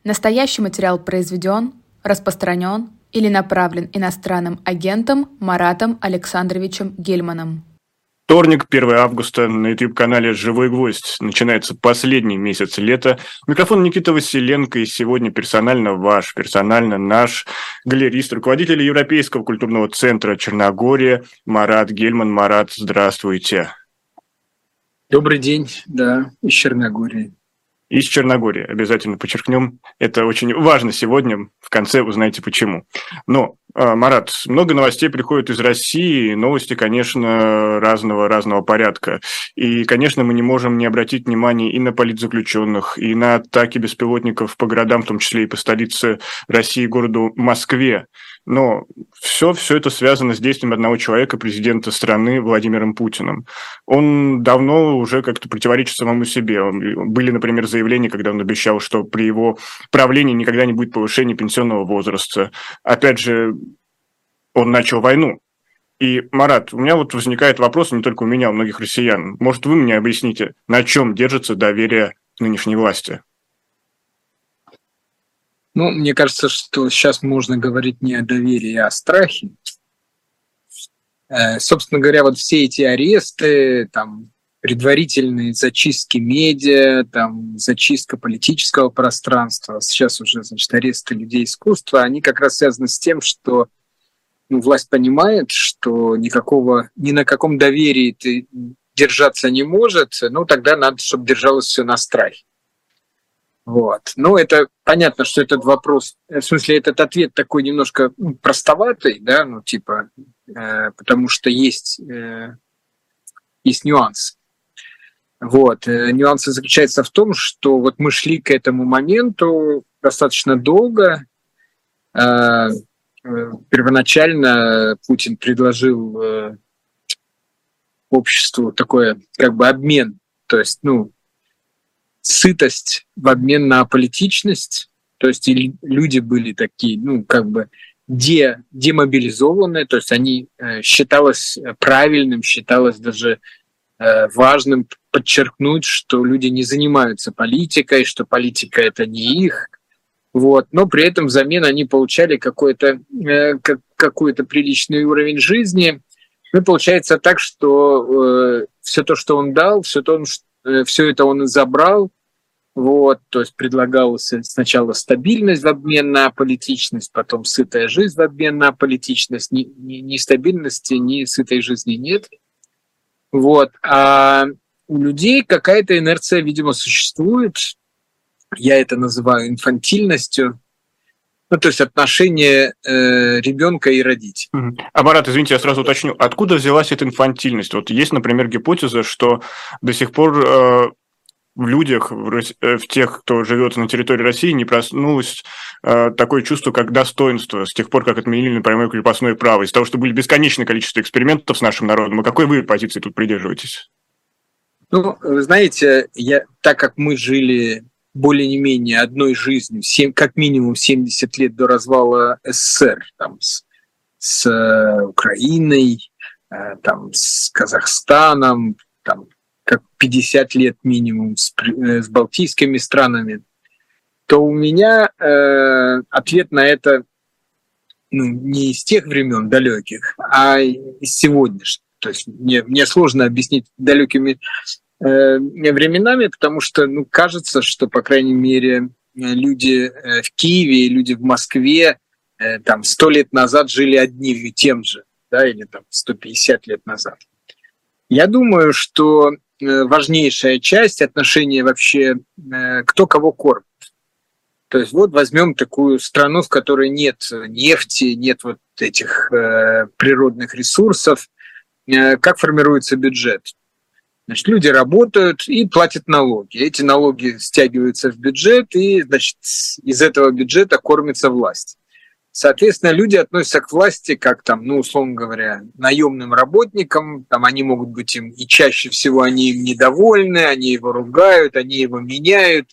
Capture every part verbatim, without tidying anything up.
Настоящий материал произведен, распространен или направлен иностранным агентом Маратом Александровичем Гельманом. Вторник, первое августа, на YouTube-канале «Живой гвоздь». Начинается последний месяц лета. Микрофон Никита Василенко, и сегодня персонально ваш, персонально наш галерист, руководитель Европейского культурного центра Черногория Марат Гельман. Марат, здравствуйте. Добрый день, да, из Черногории. Из Черногории, обязательно подчеркнем. Это очень важно сегодня, в конце узнаете почему. Но, Марат, много новостей приходит из России, новости, конечно, разного, разного порядка. И, конечно, мы не можем не обратить внимание и на политзаключенных, и на атаки беспилотников по городам, в том числе и по столице России, городу Москве. Но все, все это связано с действием одного человека, президента страны Владимиром Путиным. Он давно уже как-то противоречит самому себе. Были, например, заявления, когда он обещал, что при его правлении никогда не будет повышения пенсионного возраста. Опять же, он начал войну. И, Марат, у меня вот возникает вопрос, не только у меня, у многих россиян. Может, вы мне объясните, на чем держится доверие нынешней власти? Ну, мне кажется, что сейчас можно говорить не о доверии, а о страхе. Э, собственно говоря, вот все эти аресты, там, предварительные зачистки медиа, там, зачистка политического пространства, сейчас уже, значит, аресты людей искусства, они как раз связаны с тем, что ну, власть понимает, что никакого, ни на каком доверии ты держаться не может, ну, тогда надо, чтобы держалось все на страхе. Вот. Ну, это понятно, что этот вопрос, в смысле, этот ответ такой немножко ну, простоватый, да, ну, типа, э, потому что есть, э, есть нюанс. Вот. Э, нюансы заключаются в том, что вот мы шли к этому моменту достаточно долго. Э, э, первоначально Путин предложил э, обществу такой, как бы, обмен, то есть, ну, сытость в обмен на политичность, то есть люди были такие, ну, как бы де, демобилизованные, то есть они э, считалось правильным, считалось даже э, важным подчеркнуть, что люди не занимаются политикой, что политика это не их, вот, но при этом взамен они получали какой-то, э, как, какой-то приличный уровень жизни. Ну, получается так, что э, все то, что он дал, все то, он, все это он и забрал, вот, то есть предлагалось сначала стабильность в обмен на политичность, потом сытая жизнь в обмен на политичность, ни, ни, ни стабильности, ни сытой жизни нет. Вот, а у людей какая-то инерция, видимо, существует, я это называю инфантильностью, ну, то есть отношение э, ребенка и родителя. А, Марат, извините, я сразу уточню, откуда взялась эта инфантильность? Вот есть, например, гипотеза, что до сих пор э, в людях, в, в тех, кто живет на территории России, не проснулось э, такое чувство, как достоинство, с тех пор, как отменили, например, крепостное право, из-за того, что были бесконечное количество экспериментов с нашим народом. И какой вы позиции тут придерживаетесь? Ну, вы знаете, я, так как мы жили более-менее одной жизнью, семь, как минимум семьдесят лет до развала СССР, там, с, с э, Украиной, э, там, с Казахстаном, там, как пятьдесят лет минимум с, э, с балтийскими странами, то у меня э, ответ на это ну, не из тех времен далеких, а из сегодняшних. То есть мне, мне сложно объяснить далекими временами, потому что ну, кажется, что, по крайней мере, люди в Киеве и люди в Москве там сто лет назад жили одним и тем же, да, или там сто пятьдесят лет назад. Я думаю, что важнейшая часть отношения вообще кто кого кормит. То есть вот возьмем такую страну, в которой нет нефти, нет вот этих природных ресурсов. Как формируется бюджет? Значит, люди работают и платят налоги. Эти налоги стягиваются в бюджет, и, значит, из этого бюджета кормится власть. Соответственно, люди относятся к власти как, там, ну, условно говоря, наемным работникам. Там они могут быть им, и чаще всего они им недовольны, они его ругают, они его меняют.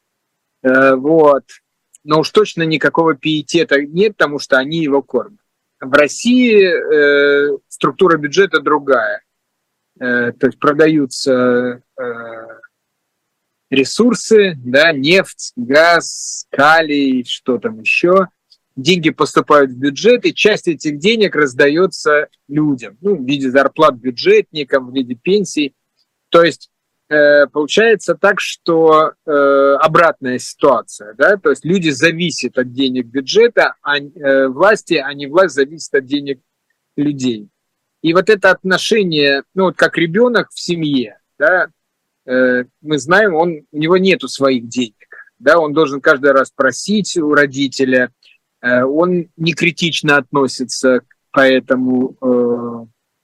Э, вот. Но уж точно никакого пиетета нет, потому что они его кормят. В России э, структура бюджета другая. То есть продаются ресурсы, да, нефть, газ, калий, что там еще. Деньги поступают в бюджет, и часть этих денег раздается людям, ну, в виде зарплат бюджетникам, в виде пенсий. То есть э, получается так, что э, обратная ситуация, да, то есть люди зависят от денег бюджета, а э, власти, а не власть зависит от денег людей. И вот это отношение, ну, вот как ребенок в семье, да, э, мы знаем, он, у него нету своих денег, да, он должен каждый раз просить у родителя. Он не критично относится поэтому э,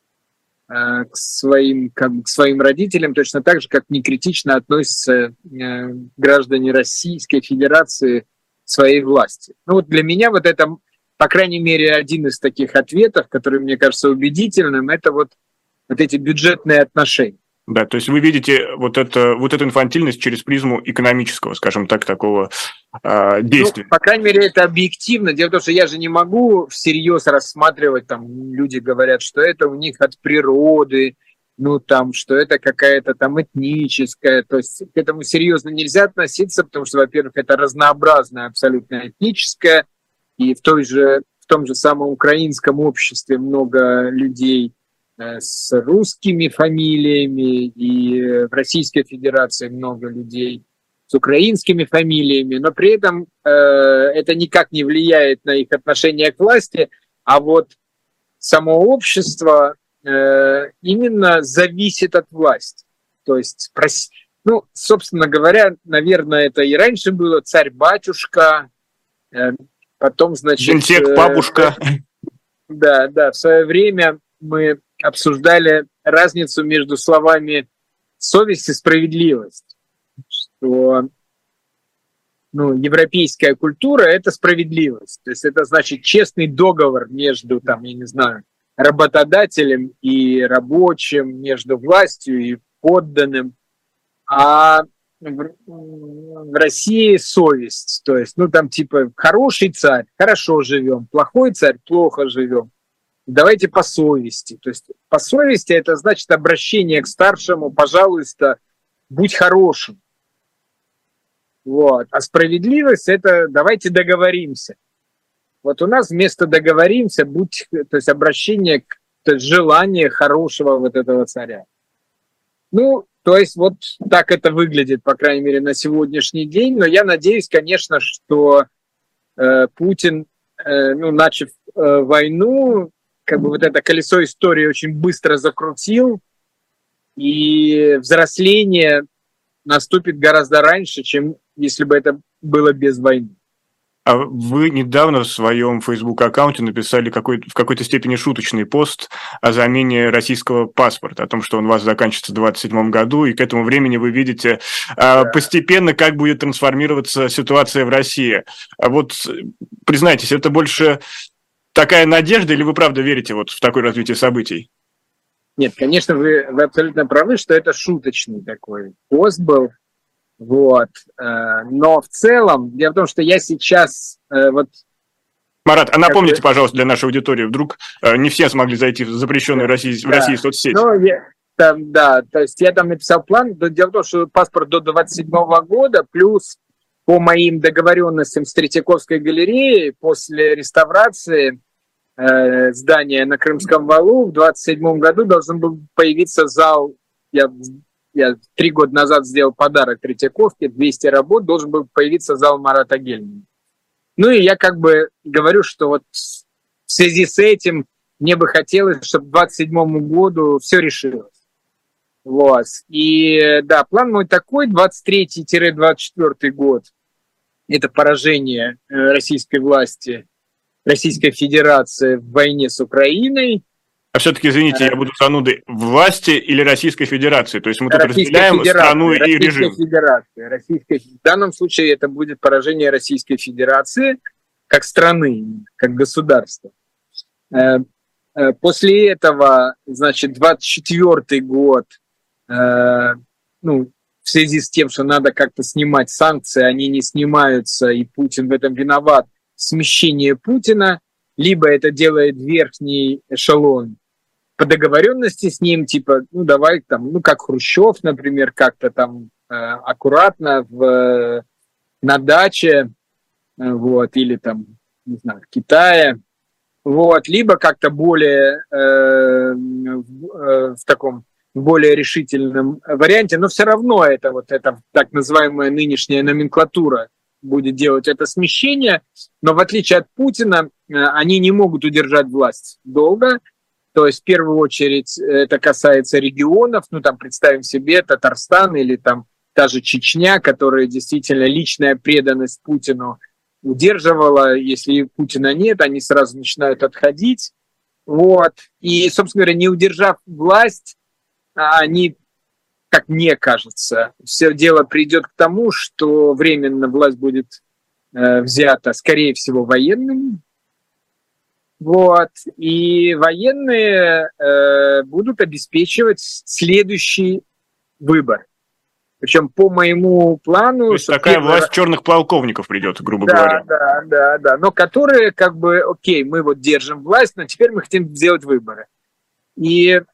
э, к, своим, как, к своим родителям, точно так же, как не критично относятся э, граждане Российской Федерации к своей власти. Ну вот для меня вот это, по крайней мере, один из таких ответов, который мне кажется убедительным, это вот, вот эти бюджетные отношения. Да, то есть вы видите вот, это, вот эту инфантильность через призму экономического, скажем так, такого э, действия. Ну, по крайней мере, это объективно. Дело в том, что я же не могу всерьез рассматривать, там, люди говорят, что это у них от природы, ну, там, что это какая-то там этническая, то есть к этому серьезно нельзя относиться, потому что, во-первых, это разнообразное абсолютно этническое, и в, той же, в том же самом украинском обществе много людей с русскими фамилиями, и в Российской Федерации много людей с украинскими фамилиями, но при этом э, это никак не влияет на их отношение к власти, а вот само общество э, именно зависит от власти. То есть, ну, собственно говоря, наверное, это и раньше было царь-батюшка, э, потом, значит... Генсек, бабушка. Э, да, да, в свое время мы обсуждали разницу между словами «совесть» и «справедливость». Что, ну, европейская культура – это справедливость. То есть это значит честный договор между, там, я не знаю, работодателем и рабочим, между властью и подданным. А в, в России совесть. То есть, ну, там типа хороший царь – хорошо живем, плохой царь – плохо живем. Давайте по совести. То есть по совести это значит обращение к старшему, пожалуйста, будь хорошим. Вот. А справедливость это давайте договоримся. Вот у нас вместо договоримся, будь, то есть обращение к то есть желание хорошего вот этого царя. Ну, то есть вот так это выглядит, по крайней мере, на сегодняшний день. Но я надеюсь, конечно, что э, Путин, э, ну, начав э, войну, как бы вот это колесо истории очень быстро закрутил, и взросление наступит гораздо раньше, чем если бы это было без войны. А вы недавно в своем Facebook-аккаунте написали какой, в какой-то степени шуточный пост о замене российского паспорта, о том, что он у вас заканчивается в двадцать седьмом году, и к этому времени вы видите да. постепенно, как будет трансформироваться ситуация в России. А вот признайтесь, это больше... такая надежда, или вы правда верите вот в такое развитие событий? Нет, конечно, вы, вы абсолютно правы, что это шуточный такой пост был. Вот. Но в целом, дело в том, что я сейчас... Вот, Марат, а напомните, пожалуйста, для нашей аудитории, вдруг не все смогли зайти в запрещенную да, России, в да. России соцсети. Ну, я, там, да, то есть я там написал план. Дело в том, что паспорт до двадцать седьмого года, плюс по моим договоренностям с Третьяковской галереей после реставрации э, здания на Крымском валу в двадцать седьмом году должен был появиться зал. Я, я три года назад сделал подарок Третьяковке, двести работ, должен был появиться зал Марата Гельмана. Ну и я как бы говорю, что вот в связи с этим мне бы хотелось, чтобы к двадцать седьмому году все решилось. Вот. И да, план мой такой, двадцать третий - двадцать четвёртый год. Это поражение российской власти, Российской Федерации в войне с Украиной. А все-таки, извините, я буду занудой, власти или Российской Федерации? То есть мы тут Российской разделяем Федерации, страну и Российской режим. Федерации, Российской... В данном случае это будет поражение Российской Федерации как страны, как государства. После этого, значит, двадцать четвёртый год, ну, в связи с тем, что надо как-то снимать санкции, они не снимаются, и Путин в этом виноват, смещение Путина, либо это делает верхний эшелон по договоренности с ним, типа, ну, давай там, ну, как Хрущев, например, как-то там аккуратно в, на даче, вот, или там, не знаю, в Китае, вот, либо как-то более э, в, в таком более решительном варианте, но все равно это вот эта так называемая нынешняя номенклатура будет делать это смещение, но в отличие от Путина они не могут удержать власть долго. То есть в первую очередь это касается регионов, ну там представим себе Татарстан или там та же Чечня, которая действительно личная преданность Путину удерживала. Если Путина нет, они сразу начинают отходить. Вот. И, собственно говоря, не удержав власть, они, как мне кажется, все дело придет к тому, что временно власть будет э, взята, скорее всего, военными. Вот. И военные э, будут обеспечивать следующий выбор. Причем по моему плану... То есть такая первый... власть черных полковников придет, грубо да, говоря. Да, да, да. Но которые как бы, окей, мы вот держим власть, но теперь мы хотим сделать выборы. И э,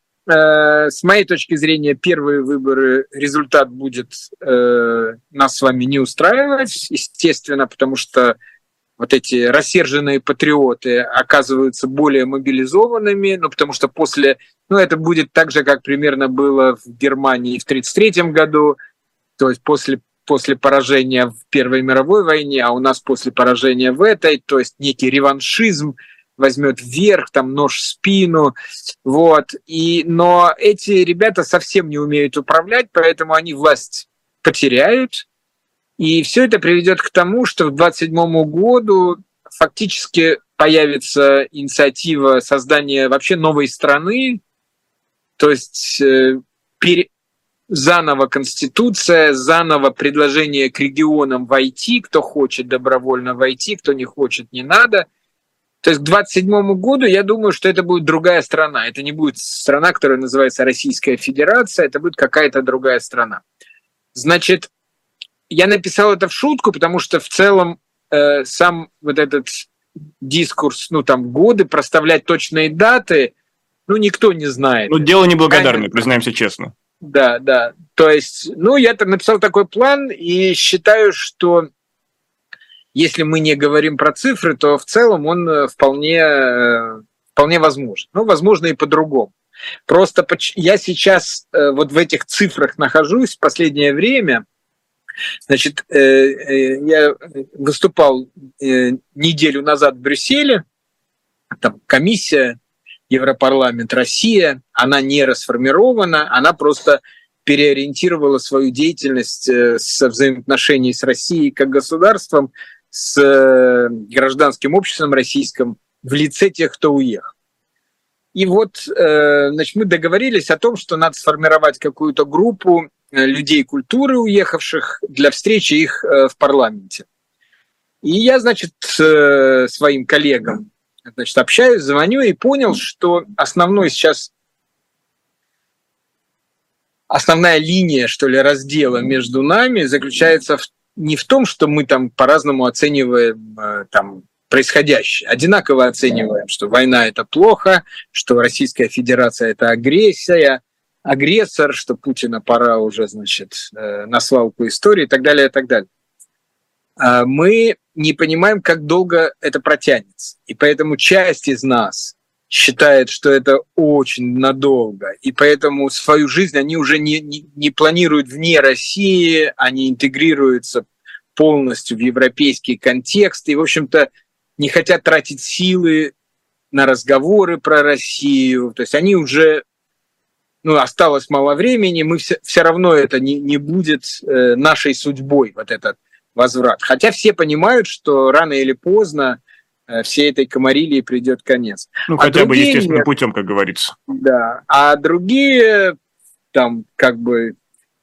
с моей точки зрения первые выборы, результат будет э, нас с вами не устраивать, естественно, потому что вот эти рассерженные патриоты оказываются более мобилизованными, ну, потому что после... Ну, это будет так же, как примерно было в Германии в тридцать третьем году, то есть после, после поражения в Первой мировой войне, а у нас после поражения в этой, то есть некий реваншизм возьмет вверх, там нож в спину, вот. И, но эти ребята совсем не умеют управлять, поэтому они власть потеряют. И все это приведет к тому, что к двадцать седьмому году фактически появится инициатива создания вообще новой страны, то есть э, пере... заново конституция, заново предложение к регионам войти, кто хочет добровольно войти, кто не хочет, не надо. То есть к двадцать седьмому году я думаю, что это будет другая страна. Это не будет страна, которая называется Российская Федерация, это будет какая-то другая страна. Значит, я написал это в шутку, потому что в целом э, сам вот этот дискурс, ну там годы, проставлять точные даты, ну никто не знает. Ну дело неблагодарное, а, признаемся честно. Да, да. То есть, ну я написал такой план и считаю, что если мы не говорим про цифры, то в целом он вполне, вполне возможен. Ну, возможно и по-другому. Просто я сейчас вот в этих цифрах нахожусь в последнее время. Значит, я выступал неделю назад в Брюсселе, там комиссия Европарламент Россия, она не расформирована, она просто переориентировала свою деятельность со взаимоотношений с Россией как государством, с гражданским обществом российским в лице тех, кто уехал. И вот, значит, мы договорились о том, что надо сформировать какую-то группу людей культуры, уехавших, для встречи их в парламенте. И я, значит, своим коллегам, значит, общаюсь, звоню и понял, что основной сейчас, основная линия, что ли, раздела между нами заключается в, не в том, что мы там по-разному оцениваем там происходящее. Одинаково оцениваем, что война – это плохо, что Российская Федерация – это агрессия, агрессор, что Путина пора уже, значит, на свалку истории и так далее, и так далее. Мы не понимаем, как долго это протянется. И поэтому часть из нас считает, что это очень надолго. И поэтому свою жизнь они уже не, не, не планируют вне России, они интегрируются полностью в европейский контекст. И, в общем-то, не хотят тратить силы на разговоры про Россию. То есть они уже... Ну, осталось мало времени, мы все, все равно это не, не будет э, нашей судьбой, вот этот возврат. Хотя все понимают, что рано или поздно э, всей этой комарилии придет конец. Ну, а хотя бы естественным нет. путем, как говорится. Да, а другие, там, как бы,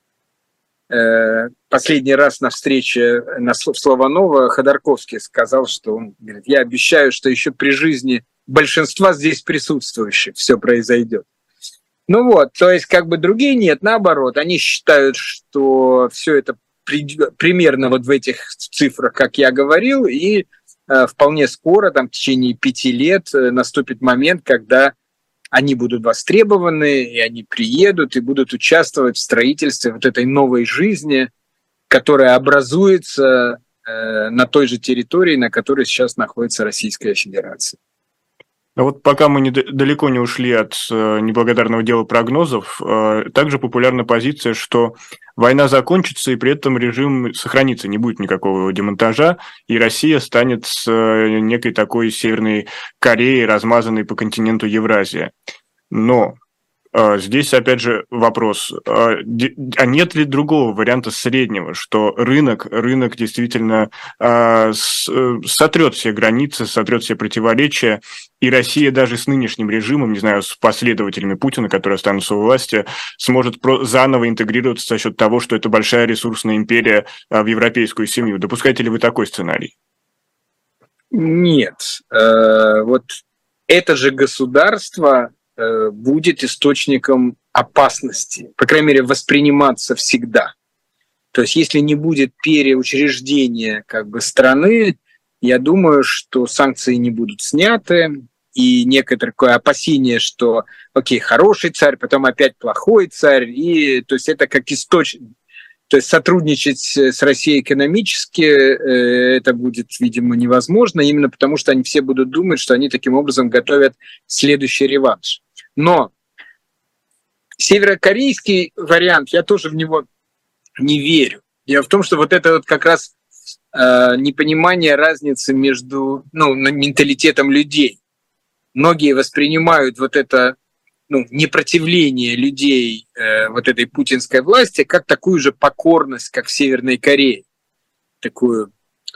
э, последний раз на встрече на Слованова Ходорковский сказал, что он говорит, я обещаю, что еще при жизни большинства здесь присутствующих все произойдет. Ну вот, то есть как бы другие нет, наоборот, они считают, что все это при, примерно вот в этих цифрах, как я говорил, и э, вполне скоро, там в течение пяти лет, э, наступит момент, когда они будут востребованы, и они приедут и будут участвовать в строительстве вот этой новой жизни, которая образуется э, на той же территории, на которой сейчас находится Российская Федерация. А вот пока мы не, далеко не ушли от э, неблагодарного дела прогнозов, э, также популярна позиция, что война закончится, и при этом режим сохранится, не будет никакого демонтажа, и Россия станет э, некой такой Северной Кореей, размазанной по континенту Евразия. Но э, здесь, опять же, вопрос, э, де, а нет ли другого варианта среднего, что рынок, рынок действительно э, с, э, сотрет все границы, сотрет все противоречия, и Россия даже с нынешним режимом, не знаю, с последователями Путина, которые останутся у власти, сможет про- заново интегрироваться за счет того, что это большая ресурсная империя а, в европейскую семью. Допускаете ли вы такой сценарий? Нет. Э, вот это же государство э, будет источником опасности, по крайней мере, восприниматься всегда. То есть если не будет переучреждения как бы страны, я думаю, что санкции не будут сняты, и некоторое такое опасение, что, окей, хороший царь, потом опять плохой царь, и то есть это как источник. То есть сотрудничать с Россией экономически э, это будет, видимо, невозможно, именно потому что они все будут думать, что они таким образом готовят следующий реванш. Но северокорейский вариант, я тоже в него не верю. Дело в том, что вот это вот как раз непонимание разницы между ну, менталитетом людей. Многие воспринимают вот это ну, непротивление людей э, вот этой путинской власти как такую же покорность, как в Северной Корее. Такую.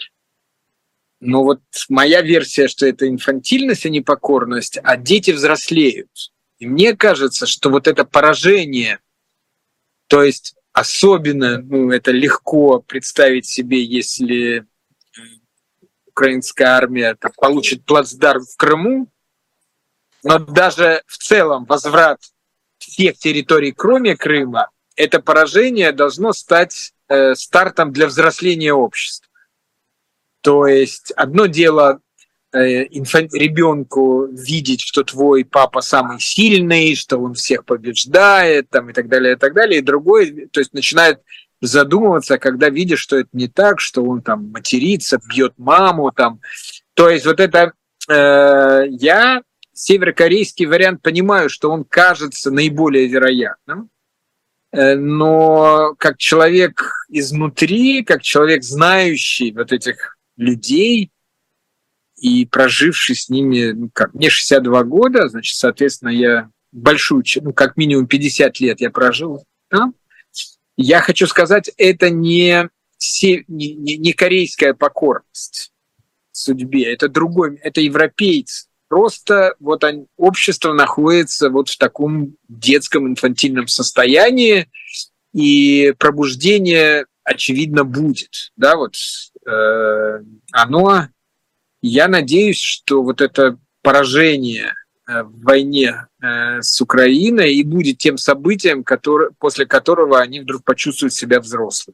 Но вот моя версия, что это инфантильность, а не покорность, а дети взрослеют. И мне кажется, что вот это поражение, то есть особенно, ну, это легко представить себе, если украинская армия так, получит плацдарм в Крыму, но даже в целом возврат всех территорий, кроме Крыма, это поражение должно стать э, стартом для взросления общества. То есть одно дело э, инфан- ребенку видеть, что твой папа самый сильный, что он всех побеждает, там, и так далее, и так далее. И другое, то есть начинает задумываться, когда видишь, что это не так, что он там матерится, бьет маму. Там. То есть вот это э, я северокорейский вариант понимаю, что он кажется наиболее вероятным, э, но как человек изнутри, как человек, знающий вот этих людей и проживший с ними, ну как, мне шестьдесят два года, значит, соответственно, я большую, ну, как минимум пятьдесят лет я прожил там. Я хочу сказать, это не, не, не корейская покорность судьбе, это другой, это европейцы. Просто вот они, общество находится вот в таком детском инфантильном состоянии, и пробуждение, очевидно, будет. Да, вот, э, оно, я надеюсь, что вот это поражение в войне э, с Украиной и будет тем событием, который, после которого они вдруг почувствуют себя взрослыми.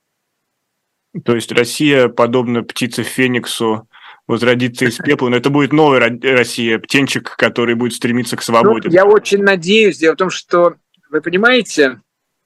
То есть Россия, подобно птице Фениксу, возродится из пепла, но это будет новая Россия, птенчик, который будет стремиться к свободе. Ну, я очень надеюсь. Дело в том, что, вы понимаете,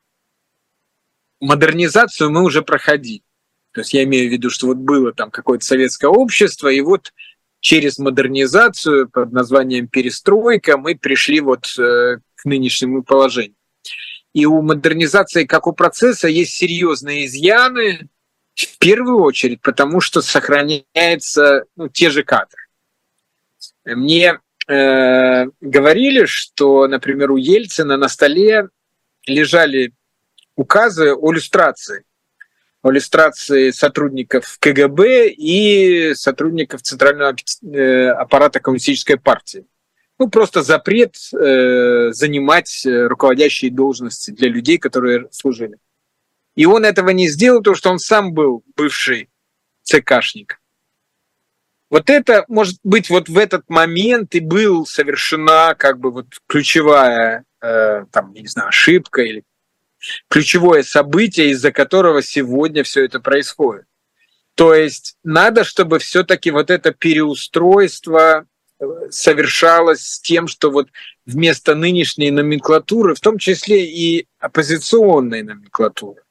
модернизацию мы уже проходили. То есть я имею в виду, что вот было там какое-то советское общество, и вот через модернизацию под названием перестройка мы пришли вот э, к нынешнему положению. И у модернизации, как у процесса, есть серьезные изъяны, в первую очередь, потому что сохраняются ну, те же кадры. Мне э, говорили, что, например, у Ельцина на столе лежали указы о люстрации. О люстрации сотрудников КГБ и сотрудников Центрального аппарата Коммунистической партии. Ну, просто запрет э, занимать руководящие должности для людей, которые служили. И он этого не сделал, потому что он сам был бывший ЦКшник. Вот это, может быть, вот в этот момент и был совершена как бы вот ключевая, э, там, не знаю, ошибка или ключевое событие, из-за которого сегодня все это происходит. То есть надо, чтобы все-таки вот это переустройство совершалось с тем, что вот вместо нынешней номенклатуры, в том числе и оппозиционной номенклатуры,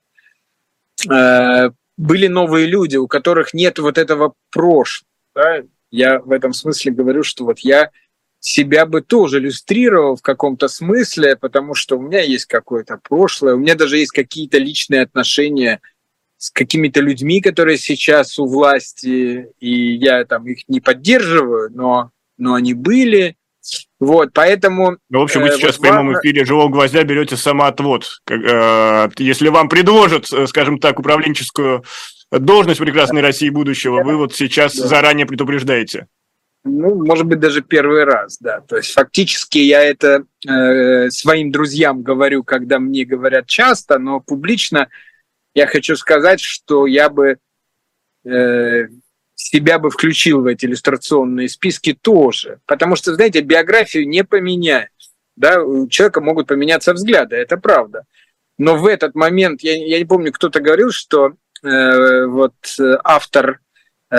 были новые люди, у которых нет вот этого прошлого. Да? Я в этом смысле говорю, что вот я себя бы тоже иллюстрировал в каком-то смысле, потому что у меня есть какое-то прошлое, у меня даже есть какие-то личные отношения с какими-то людьми, которые сейчас у власти, и я там их не поддерживаю, но, но они были. Вот, поэтому... Ну, в общем, вы сейчас вот в прямом важно... эфире «Живого гвоздя» берете самоотвод. Если вам предложат, скажем так, управленческую должность в прекрасной России будущего, вы вот сейчас да. заранее предупреждаете. Ну, может быть, даже первый раз, да. То есть фактически я это э, своим друзьям говорю, когда мне говорят часто, но публично я хочу сказать, что я бы э, себя бы включил в эти иллюстрационные списки тоже. Потому что, знаете, биографию не поменяешь. Да? У человека могут поменяться взгляды, это правда. Но в этот момент, я, я не помню, кто-то говорил, что э, вот автор э,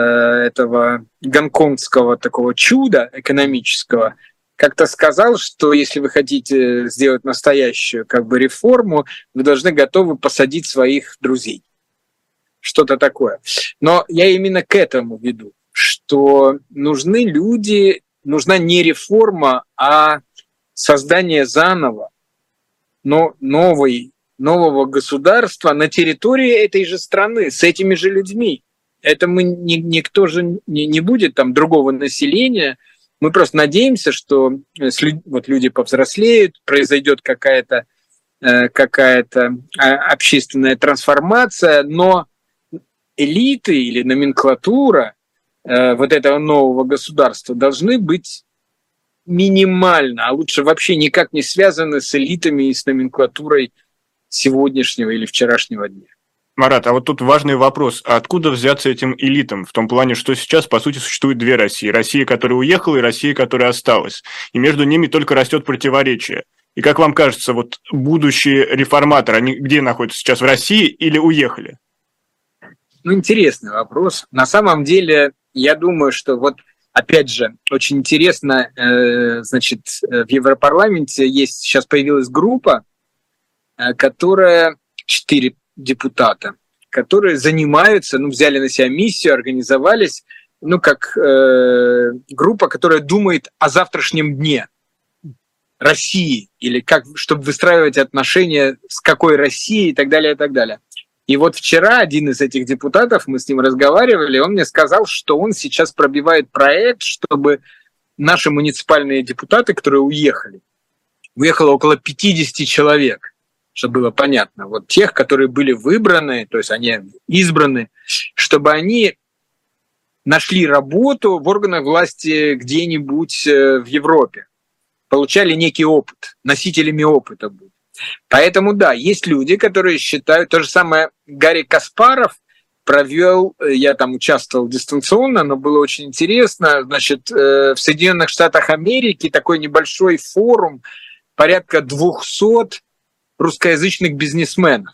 этого гонконгского такого чуда экономического как-то сказал, что если вы хотите сделать настоящую как бы реформу, вы должны готовы посадить своих друзей. Что-то такое. Но я именно к этому веду, что нужны люди, нужна не реформа, а создание заново, но новой, нового государства на территории этой же страны, с этими же людьми. Это мы, никто же не, не будет там другого населения. Мы просто надеемся, что вот люди повзрослеют, произойдет какая-то, какая-то общественная трансформация, но элиты или номенклатура э, вот этого нового государства должны быть минимально, а лучше вообще никак не связаны с элитами и с номенклатурой сегодняшнего или вчерашнего дня. Марат, а вот тут важный вопрос. А откуда взяться этим элитам? В том плане, что сейчас, по сути, существует две России. Россия, которая уехала, и Россия, которая осталась. И между ними только растет противоречие. И как вам кажется, вот будущие реформаторы, они где находятся сейчас, в России или уехали? Ну, интересный вопрос. На самом деле, я думаю, что вот, опять же, очень интересно, э, значит, в Европарламенте есть, сейчас появилась группа, э, которая, четыре депутата, которые занимаются, ну, взяли на себя миссию, организовались, ну, как э, группа, которая думает о завтрашнем дне России, или как, чтобы выстраивать отношения с какой Россией и так далее, и так далее. И вот вчера один из этих депутатов, мы с ним разговаривали, он мне сказал, что он сейчас пробивает проект, чтобы наши муниципальные депутаты, которые уехали, уехало около пятьдесят человек, чтобы было понятно, вот тех, которые были выбраны, то есть они избраны, чтобы они нашли работу в органах власти где-нибудь в Европе, получали некий опыт, носителями опыта будут. Поэтому, да, есть люди, которые считают... То же самое Гарри Каспаров провел, я там участвовал дистанционно, но было очень интересно, значит, в Соединенных Штатах Америки такой небольшой форум, порядка двухсот русскоязычных бизнесменов.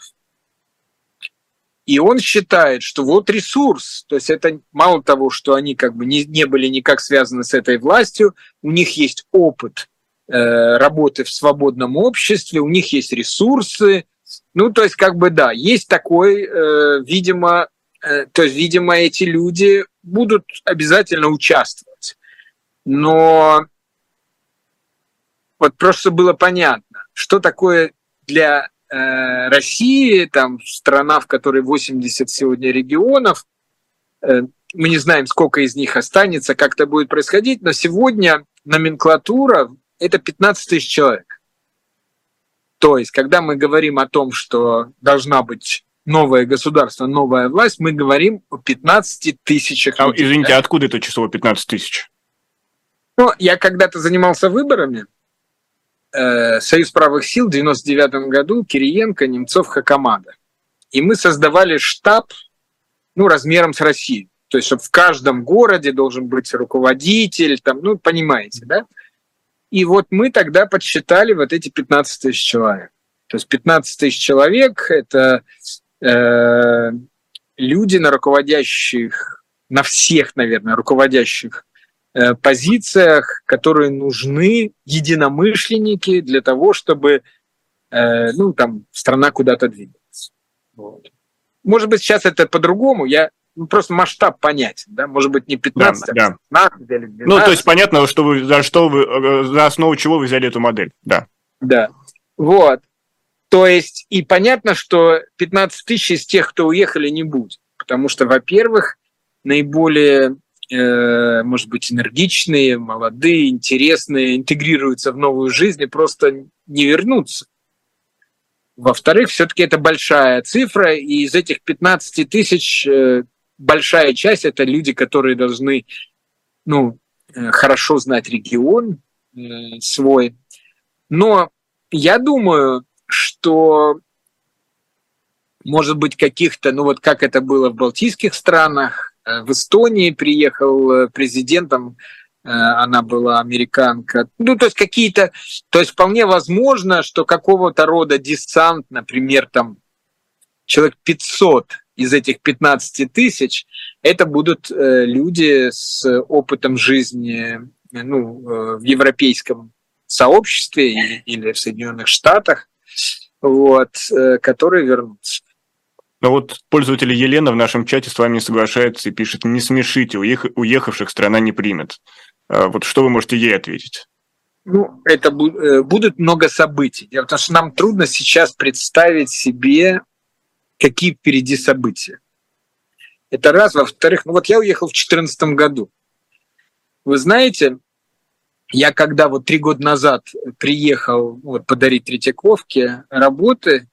И он считает, что вот ресурс, то есть это мало того, что они как бы не, не были никак связаны с этой властью, у них есть опыт работы в свободном обществе, у них есть ресурсы, ну, то есть, как бы, да, есть такой, э, видимо, э, то есть, видимо, эти люди будут обязательно участвовать. Но вот просто было понятно, что такое для э, России, там, страна, в которой восемьдесят сегодня регионов, э, мы не знаем, сколько из них останется, как это будет происходить, но сегодня номенклатура это пятнадцать тысяч человек. То есть, когда мы говорим о том, что должна быть новое государство, новая власть, мы говорим о пятнадцати тысячах а, людей. Извините, да? Откуда это число пятнадцать тысяч? Ну, я когда-то занимался выборами. Э, Союз правых сил в девяносто девятом году, Кириенко, Немцов, Хакамада. И мы создавали штаб, ну, размером с Россией. То есть, чтобы в каждом городе должен быть руководитель, там, ну, понимаете, да? И вот мы тогда подсчитали вот эти пятнадцать тысяч человек. То есть пятнадцать тысяч человек – это э, люди на руководящих, на всех, наверное, руководящих э, позициях, которые нужны единомышленники для того, чтобы э, ну, там, страна куда-то двигалась. Вот. Может быть, сейчас это по-другому, я ну, просто масштаб понятен, да, может быть, не пятнадцать, да, а пятнадцать или двенадцать. Ну, то есть понятно, что вы, за что вы, за основу чего вы взяли эту модель, да. Да, вот. То есть, и понятно, что пятнадцать тысяч из тех, кто уехали, не будет. Потому что, во-первых, наиболее, э, может быть, энергичные, молодые, интересные, интегрируются в новую жизнь и просто не вернутся. Во-вторых, все-таки это большая цифра, и из этих пятнадцати тысяч э, большая часть – это люди, которые должны ну, э, хорошо знать регион э, свой. Но я думаю, что, может быть, каких-то, ну вот как это было в балтийских странах, в Эстонии приехал президентом, она была американка, ну то есть какие-то, то есть вполне возможно, что какого-то рода десант, например, там человек пятьсот из этих пятнадцати тысяч, это будут люди с опытом жизни ну, в европейском сообществе или в Соединенных Штатах, вот, которые вернутся. Но вот пользователь Елена в нашем чате с вами не соглашается и пишет: не смешите, уех... уехавших страна не примет. Вот что вы можете ей ответить? Ну, это бу- будет много событий. Потому что нам трудно сейчас представить себе, какие впереди события. Это раз. Во-вторых, ну вот я уехал в две тысячи четырнадцатом году. Вы знаете, я когда вот три года назад приехал вот, подарить Третьяковке работы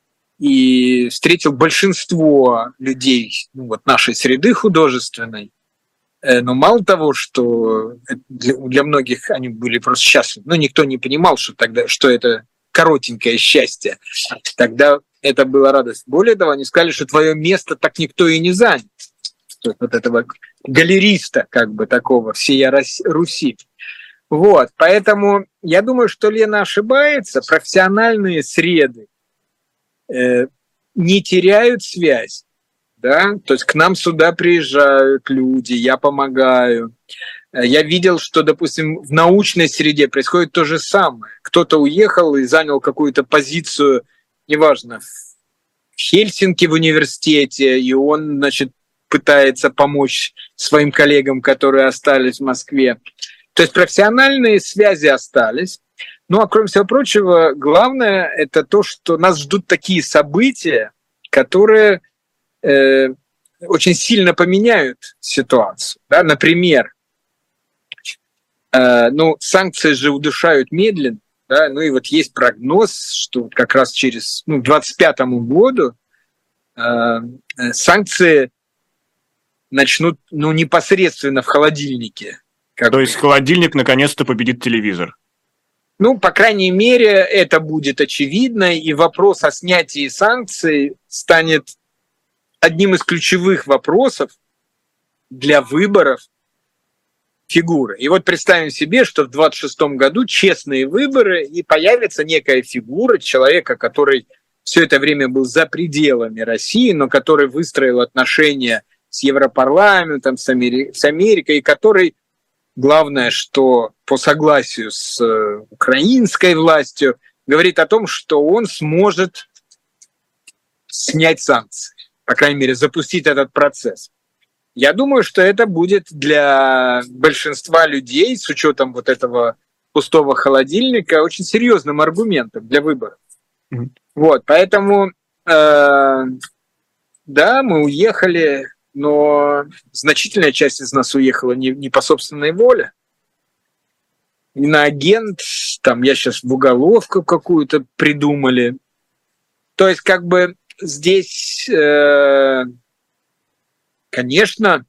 и встретил большинство людей ну, вот, нашей среды художественной, но мало того, что для, для многих они были просто счастливы, но никто не понимал, что, тогда, что это коротенькое счастье. Тогда это была радость. Более того, они сказали, что твое место так никто и не занял. Вот этого галериста, как бы такого, всея Руси. Вот, поэтому я думаю, что Лена ошибается. Профессиональные среды э, не теряют связь, да, то есть к нам сюда приезжают люди, я помогаю. Я видел, что, допустим, в научной среде происходит то же самое. Кто-то уехал и занял какую-то позицию, неважно, в Хельсинки в университете, и он, значит, пытается помочь своим коллегам, которые остались в Москве. То есть профессиональные связи остались. Ну, а кроме всего прочего, главное – это то, что нас ждут такие события, которые э, очень сильно поменяют ситуацию. Да? Например, э, ну, санкции же удушают медленно, да? Ну и вот есть прогноз, что как раз через ну, двадцать пятому году э, санкции начнут ну, непосредственно в холодильнике. То бы. Есть холодильник наконец-то победит телевизор? Ну, по крайней мере, это будет очевидно, и вопрос о снятии санкций станет одним из ключевых вопросов для выборов фигуры. И вот представим себе, что в двадцать шестом году честные выборы, и появится некая фигура человека, который все это время был за пределами России, но который выстроил отношения с Европарламентом, с, Амери- с Америкой, и который, главное, что по согласию с украинской властью, говорит о том, что он сможет снять санкции, по крайней мере, запустить этот процесс. Я думаю, что это будет для большинства людей, с учетом вот этого пустого холодильника, очень серьезным аргументом для выборов. Mm-hmm. Вот, поэтому, э, да, мы уехали, но значительная часть из нас уехала не, не по собственной воле. Иноагент, там я сейчас в уголовку какую-то придумали. То есть как бы здесь, э, конечно,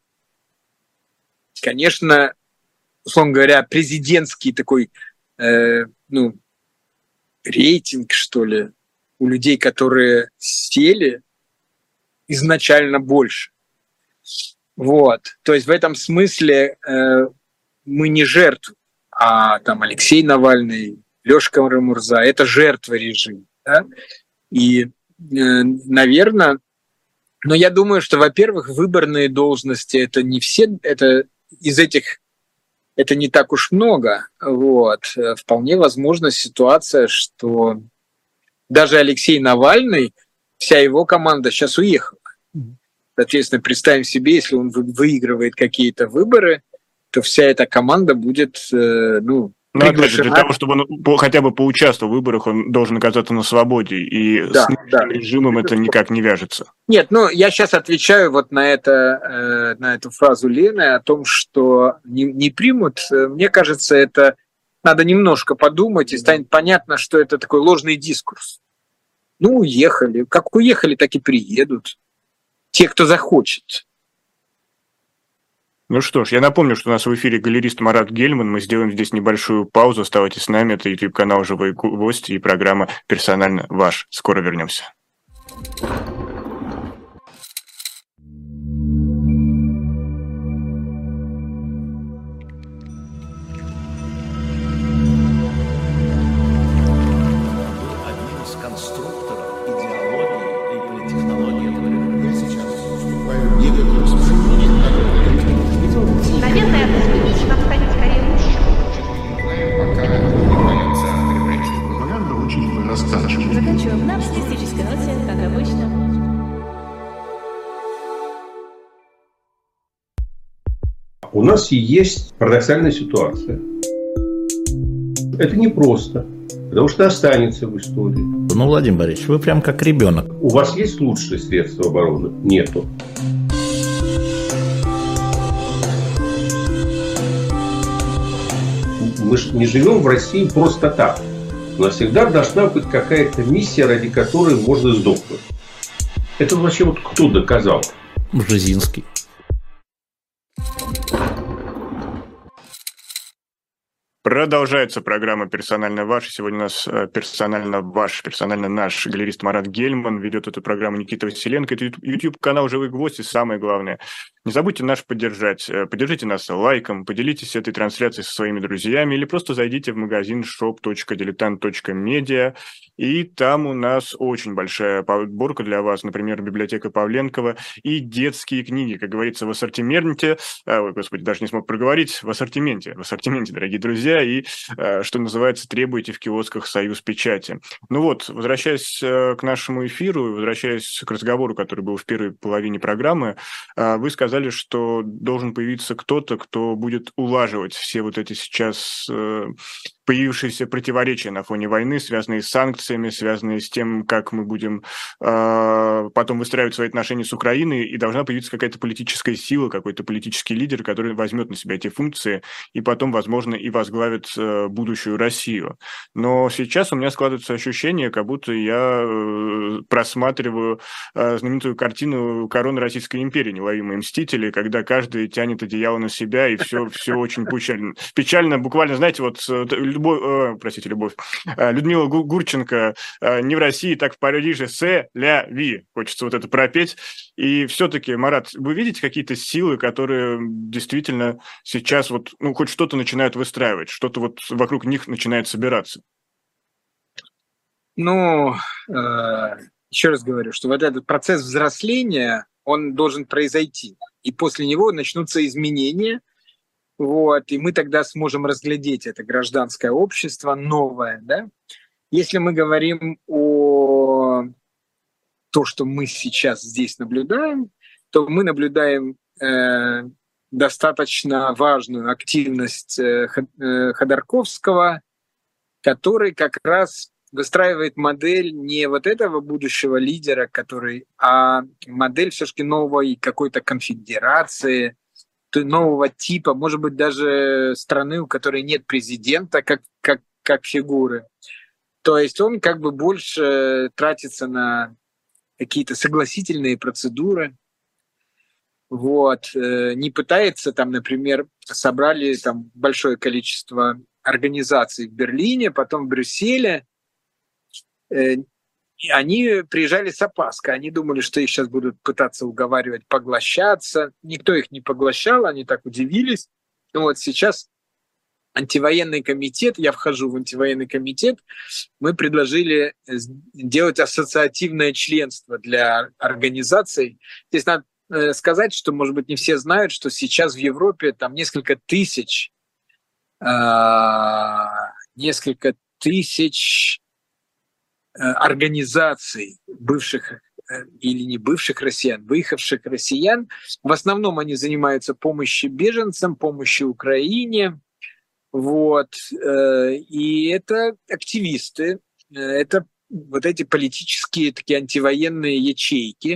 конечно, условно говоря, президентский такой, э, ну, рейтинг, что ли, у людей, которые сели, изначально больше. Вот. То есть в этом смысле э, мы не жертвы, а там Алексей Навальный, Лёша Карамурза – это жертва режима. Да? И, э, наверное, но я думаю, что, во-первых, выборные должности – это не все, это из этих это не так уж много. Вот. Вполне возможна ситуация, что даже Алексей Навальный, вся его команда сейчас уехала. Соответственно, представим себе, если он выигрывает какие-то выборы, то вся эта команда будет, ну, Но опять же, для того, чтобы он хотя бы поучаствовал в выборах, он должен оказаться на свободе, и да, с нынешним да. режимом это никак не вяжется. Нет, ну я сейчас отвечаю вот на, это, на эту фразу Лены о том, что не, не примут. Мне кажется, это надо немножко подумать, и станет понятно, что это такой ложный дискурс. Ну, уехали. Как уехали, так и приедут. Те, кто захочет. Ну что ж, я напомню, что у нас в эфире галерист Марат Гельман. Мы сделаем здесь небольшую паузу. Оставайтесь с нами. Это YouTube-канал «Живой гвоздь» и программа «Персонально ваш». Скоро вернемся. У нас есть парадоксальная ситуация. Это непросто, потому что останется в истории. Ну, Владимир Борисович, вы прям как ребенок. У вас есть лучшие средства обороны? Нету. Мы же не живем в России просто так. У нас всегда должна быть какая-то миссия, ради которой можно сдохнуть. Это вообще вот кто доказал? Бжезинский. Продолжается программа «Персонально ваш». Сегодня у нас персонально ваш, персонально наш галерист Марат Гельман. Ведет эту программу Никита Василенко. Это YouTube-канал «Живой гвоздь». И самое главное, не забудьте нас поддержать. Поддержите нас лайком, поделитесь этой трансляцией со своими друзьями или просто зайдите в магазин шоп точка дилетант точка медиа. И там у нас очень большая подборка для вас. Например, библиотека Павленкова и детские книги, как говорится, в ассортименте. Ой, господи, даже не смог проговорить. В ассортименте. В ассортименте, дорогие друзья. И, что называется, требуйте в киосках «Союз печати». Ну вот, возвращаясь к нашему эфиру, возвращаясь к разговору, который был в первой половине программы, вы сказали, что должен появиться кто-то, кто будет улаживать все вот эти сейчас появившиеся противоречия на фоне войны, связанные с санкциями, связанные с тем, как мы будем э, потом выстраивать свои отношения с Украиной, и должна появиться какая-то политическая сила, какой-то политический лидер, который возьмет на себя эти функции и потом, возможно, и возглавит э, будущую Россию. Но сейчас у меня складывается ощущение, как будто я э, просматриваю э, знаменитую картину «Корона Российской империи. Неуловимые мстители», когда каждый тянет одеяло на себя, и все, все очень печально. Печально, буквально, знаете, вот Любовь, э, простите, Любовь, э, Людмила Гурченко э, не в России, так в Париже, «Се-ля-ви». Хочется вот это пропеть. И все-таки, Марат, вы видите какие-то силы, которые действительно сейчас вот, ну, хоть что-то начинают выстраивать, что-то вот вокруг них начинает собираться? Ну, э, еще раз говорю, что вот этот процесс взросления, он должен произойти. И после него начнутся изменения. Вот, и мы тогда сможем разглядеть это гражданское общество новое, да. Если мы говорим о том, что мы сейчас здесь наблюдаем, то мы наблюдаем э, достаточно важную активность э, Ходорковского, который как раз выстраивает модель не вот этого будущего лидера, который, а модель все-таки новой какой-то конфедерации, нового типа, может быть, даже страны, у которой нет президента как, как, как фигуры. То есть он как бы больше тратится на какие-то согласительные процедуры. Вот. Не пытается, там, например, собрали там большое количество организаций в Берлине, потом в Брюсселе. Они приезжали с опаской, они думали, что их сейчас будут пытаться уговаривать поглощаться. Никто их не поглощал, они так удивились. Вот сейчас антивоенный комитет, я вхожу в антивоенный комитет, мы предложили делать ассоциативное членство для организаций. Здесь надо сказать, что, может быть, не все знают, что сейчас в Европе там несколько тысяч несколько тысяч организаций бывших или не бывших россиян, выехавших россиян. В основном они занимаются помощью беженцам, помощью Украине. Вот. И это активисты, это вот эти политические такие антивоенные ячейки,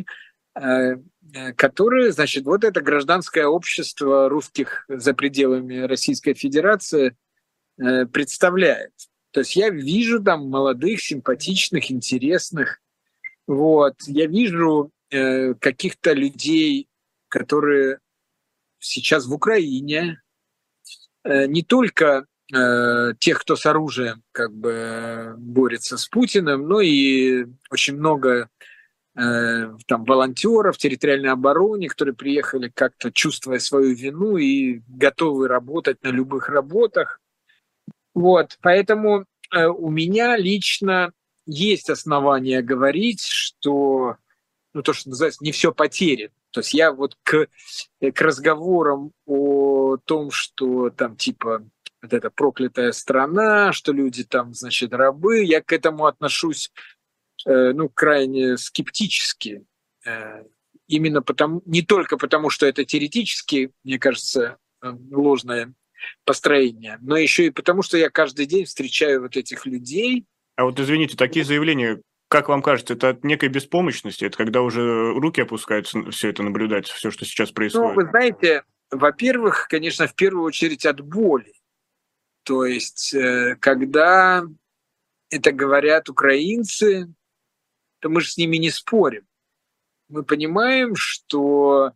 которые, значит, вот это гражданское общество русских за пределами Российской Федерации представляет. То есть я вижу там молодых, симпатичных, интересных. Вот. Я вижу э, каких-то людей, которые сейчас в Украине, э, не только э, тех, кто с оружием как бы борется с Путиным, но и очень много э, там волонтеров территориальной обороны, которые приехали как-то чувствуя свою вину и готовы работать на любых работах. Вот. Поэтому э, у меня лично есть основания говорить, что, ну, то, что называется, не все потеряно. То есть я вот к, к разговорам о том, что там типа вот эта проклятая страна, что люди там, значит, рабы, я к этому отношусь, э, ну, крайне скептически. Э, именно потому, не только потому, что это теоретически, мне кажется, ложное построение, но еще и потому, что я каждый день встречаю вот этих людей. А вот, извините, такие заявления, как вам кажется, это от некой беспомощности? Это когда уже руки опускаются все это наблюдать, все, что сейчас происходит? Ну, вы знаете, во-первых, конечно, в первую очередь от боли. То есть, когда это говорят украинцы, то мы же с ними не спорим. Мы понимаем, что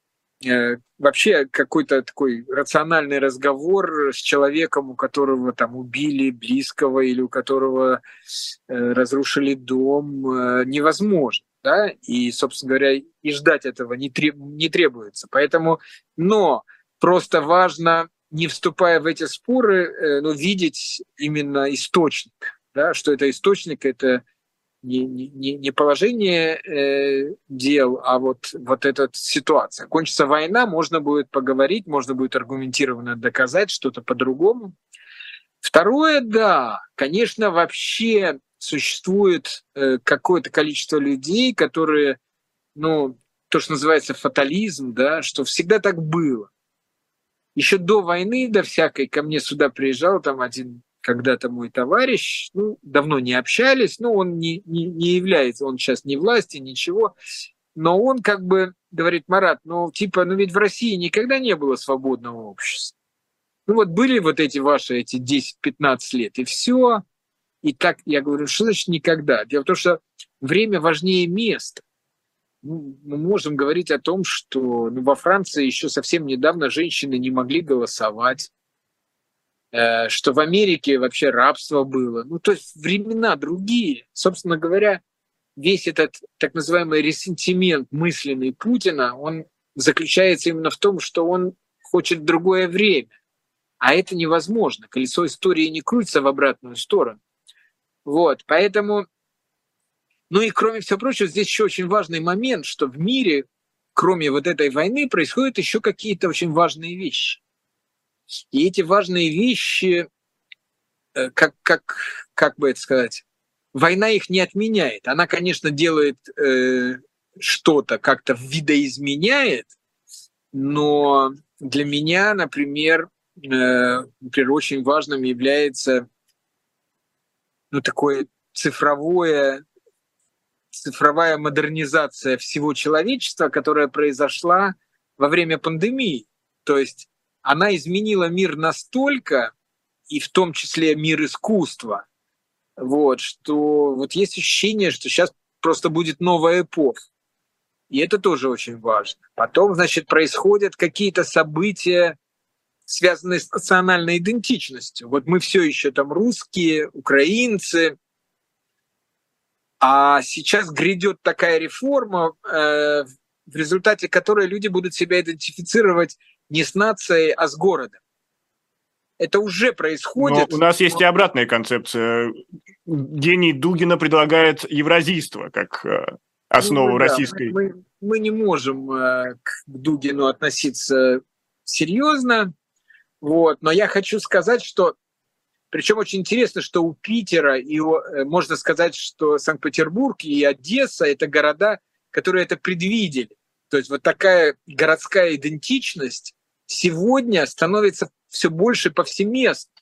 вообще какой-то такой рациональный разговор с человеком, у которого там убили близкого или у которого э, разрушили дом, э, невозможно, да, и, собственно говоря, и ждать этого не, треб- не требуется. Поэтому, но просто важно, не вступая в эти споры, э, ну, видеть именно источник, да, что это источник, это Не, не, не положение э, дел, а вот, вот эта ситуация. Кончится война, можно будет поговорить, можно будет аргументированно доказать что-то по-другому. Второе, да, конечно, вообще существует э, какое-то количество людей, которые, ну, то, что называется фатализм, да, что всегда так было. Еще до войны, до всякой, ко мне сюда приезжал там один когда-то мой товарищ, ну, давно не общались, но он не, не, не является, он сейчас не власти, ничего, но он как бы говорит: Марат, ну, типа, ну ведь в России никогда не было свободного общества. Ну вот были вот эти ваши эти десять-пятнадцать лет, и все. И так я говорю: что значит никогда? Дело в том, что время важнее места. Ну, мы можем говорить о том, что ну, во Франции еще совсем недавно женщины не могли голосовать, что в Америке вообще рабство было. Ну, то есть времена другие. Собственно говоря, весь этот так называемый ресентимент мысленный Путина, он заключается именно в том, что он хочет другое время. А это невозможно. Колесо истории не крутится в обратную сторону. Вот, поэтому... Ну и кроме всего прочего, здесь еще очень важный момент, что в мире, кроме вот этой войны, происходят еще какие-то очень важные вещи. И эти важные вещи, как, как, как бы это сказать, война их не отменяет. Она, конечно, делает э, что-то, как-то видоизменяет, но для меня, например, э, например, очень важным является ну, такое цифровое, цифровая модернизация всего человечества, которая произошла во время пандемии. То есть она изменила мир настолько, и в том числе мир искусства, вот, что вот есть ощущение, что сейчас просто будет новая эпоха. И это тоже очень важно. Потом, значит, происходят какие-то события, связанные с национальной идентичностью. Вот мы все еще там русские, украинцы, а сейчас грядет такая реформа, э, в результате которой люди будут себя идентифицировать не с нацией, а с городом. Это уже происходит. Но у нас есть и обратная концепция. Гений Дугина предлагает евразийство как основу ну, да, российской. Мы, мы не можем к Дугину относиться серьезно. Вот. Но я хочу сказать, что причем очень интересно, что у Питера и можно сказать, что Санкт-Петербург и Одесса — это города, которые это предвидели. То есть вот такая городская идентичность сегодня становится все больше повсеместно.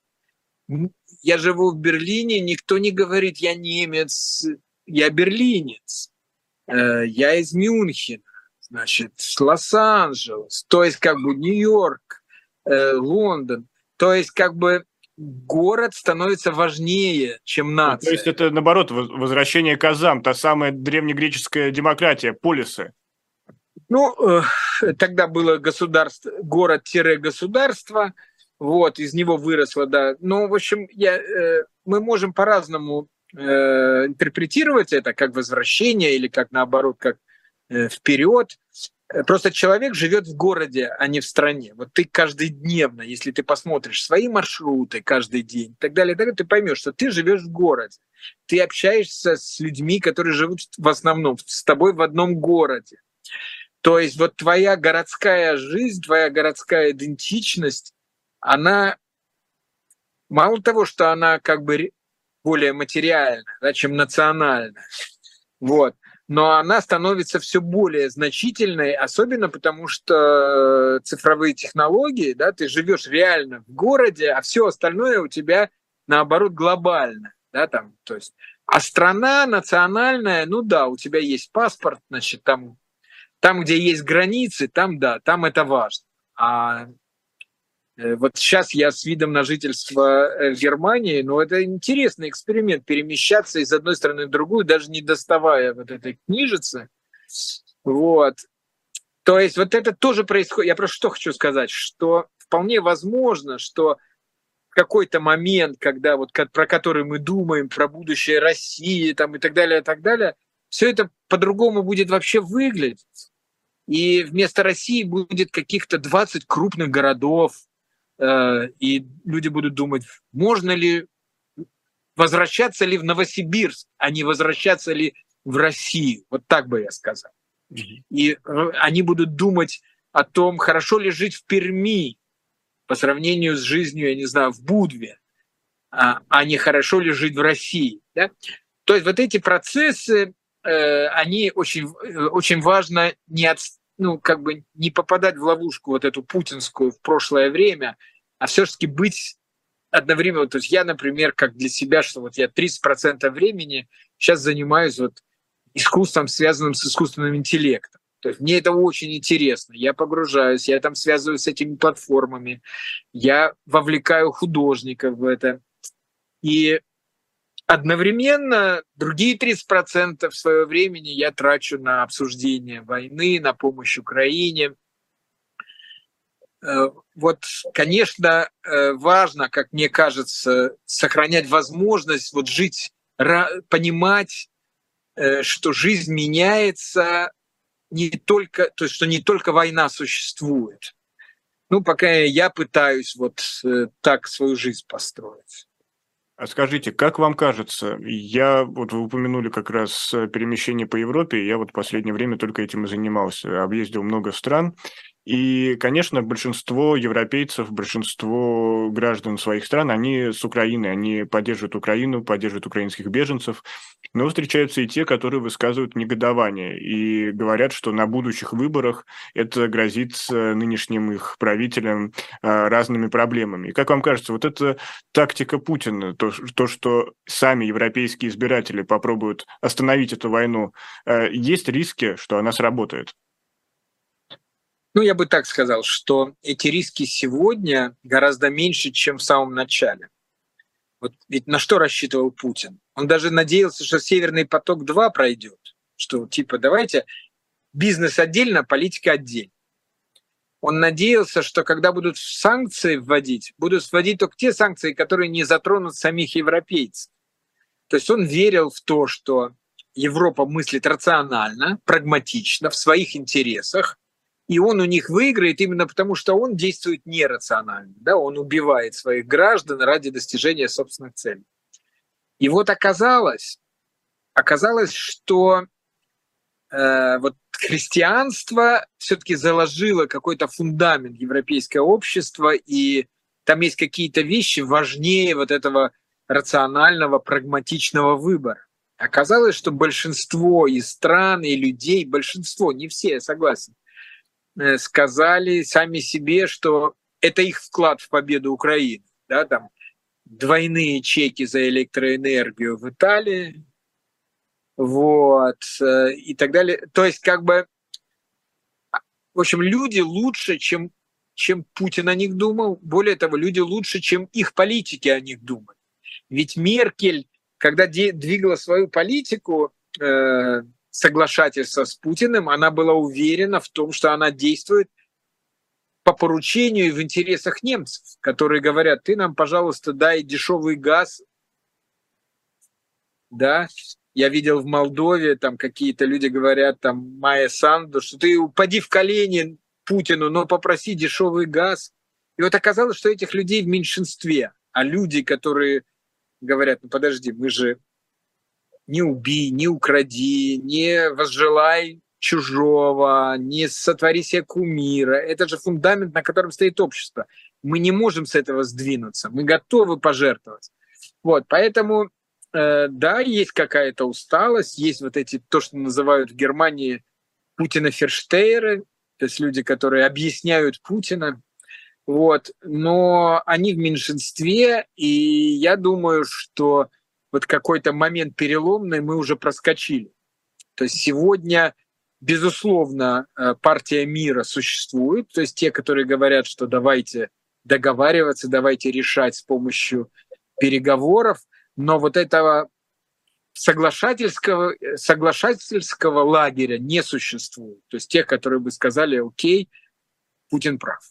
Я живу в Берлине, никто не говорит: я немец, я берлинец, я из Мюнхена, значит, Лос-Анджелес, то есть как бы Нью-Йорк, Лондон. То есть как бы город становится важнее, чем нация. То есть это, наоборот, возвращение к азам, та самая древнегреческая демократия, полисы. Ну, э, тогда было государство, город-государство, вот, из него выросло, да. Ну, в общем, я, э, мы можем по-разному э, интерпретировать это, как возвращение или как, наоборот, как э, вперед. Просто человек живет в городе, а не в стране. Вот ты каждодневно, если ты посмотришь свои маршруты каждый день и так далее, так далее, ты поймешь, что ты живешь в городе. Ты общаешься с людьми, которые живут в основном с тобой в одном городе. То есть вот твоя городская жизнь, твоя городская идентичность, она мало того, что она как бы более материальна, да, чем национальная, вот, но она становится все более значительной, особенно потому что цифровые технологии, да, ты живешь реально в городе, а все остальное у тебя наоборот глобально, да, там, то есть, а страна национальная, ну да, у тебя есть паспорт, значит, там Там, где есть границы, там, да, там это важно. А вот сейчас я с видом на жительство в Германии, но это интересный эксперимент, перемещаться из одной страны в другую, даже не доставая вот этой книжицы. Вот. То есть вот это тоже происходит. Я просто что хочу сказать, что вполне возможно, что в какой-то момент, когда вот про который мы думаем, про будущее России там, и так далее, и так далее, все это по-другому будет вообще выглядеть. И вместо России будет каких-то двадцать крупных городов, э, и люди будут думать, можно ли возвращаться ли в Новосибирск, а не возвращаться ли в Россию. Вот так бы я сказал. Mm-hmm. И они будут думать о том, хорошо ли жить в Перми по сравнению с жизнью, я не знаю, в Будве, а, а не хорошо ли жить в России. Да? То есть вот эти процессы, они очень, очень важно не, от, ну, как бы не попадать в ловушку вот эту путинскую в прошлое время, а все-таки быть одновременно. То есть я, например, как для себя, что вот я тридцать процентов времени сейчас занимаюсь вот искусством, связанным с искусственным интеллектом. То есть мне это очень интересно. Я погружаюсь, я там связываюсь с этими платформами, я вовлекаю художников в это. И одновременно другие тридцать процентов своего времени я трачу на обсуждение войны, на помощь Украине. Вот, конечно, важно, как мне кажется, сохранять возможность вот жить, понимать, что жизнь меняется не только, то есть что не только война существует. Ну, пока я пытаюсь вот так свою жизнь построить. А скажите, как вам кажется, я, вот вы упомянули как раз перемещение по Европе, я вот в последнее время только этим и занимался, объездил много стран, и, конечно, большинство европейцев, большинство граждан своих стран, они с Украины, они поддерживают Украину, поддерживают украинских беженцев, но встречаются и те, которые высказывают негодование и говорят, что на будущих выборах это грозит нынешним их правителям разными проблемами. И как вам кажется, вот эта тактика Путина, то, то что сами европейские избиратели попробуют остановить эту войну, есть риски, что она сработает? Ну, я бы так сказал, что эти риски сегодня гораздо меньше, чем в самом начале. Вот ведь на что рассчитывал Путин? Он даже надеялся, что Северный поток-два пройдет, что типа давайте бизнес отдельно, политика отдельно. Он надеялся, что когда будут санкции вводить, будут вводить только те санкции, которые не затронут самих европейцев. То есть он верил в то, что Европа мыслит рационально, прагматично, в своих интересах, и он у них выиграет именно потому, что он действует нерационально. Да? Он убивает своих граждан ради достижения собственных целей. И вот оказалось, оказалось, что э, вот христианство все-таки заложило какой-то фундамент европейского общества, и там есть какие-то вещи важнее вот этого рационального, прагматичного выбора. Оказалось, что большинство и стран, и людей, большинство, не все, я согласен, сказали сами себе, что это их вклад в победу Украины. Да, там двойные чеки за электроэнергию в Италии, вот, и так далее. То есть, как бы, в общем, люди лучше, чем, чем Путин о них думал. Более того, люди лучше, чем их политики о них думали. Ведь Меркель, когда двигала свою политику э, соглашательства с Путиным, она была уверена в том, что она действует по поручению и в интересах немцев, которые говорят: ты нам, пожалуйста, дай дешевый газ. Да, я видел в Молдове, там какие-то люди говорят, там, Майя Санду, что ты упади в колени Путину, но попроси дешевый газ. И вот оказалось, что этих людей в меньшинстве. А люди, которые говорят: ну подожди, мы же не убей, не укради, не возжелай чужого, не сотвори себе кумира. Это же фундамент, на котором стоит общество. Мы не можем с этого сдвинуться, мы готовы пожертвовать. Вот, поэтому, э, да, есть какая-то усталость, есть вот эти, то, что называют в Германии Путина-ферштейеры, то есть люди, которые объясняют Путина, вот, но они в меньшинстве, и я думаю, что вот какой-то момент переломный мы уже проскочили. То есть сегодня, безусловно, партия мира существует, то есть те, которые говорят, что давайте договариваться, давайте решать с помощью переговоров, но вот этого соглашательского, соглашательского лагеря не существует. То есть те, которые бы сказали: окей, Путин прав.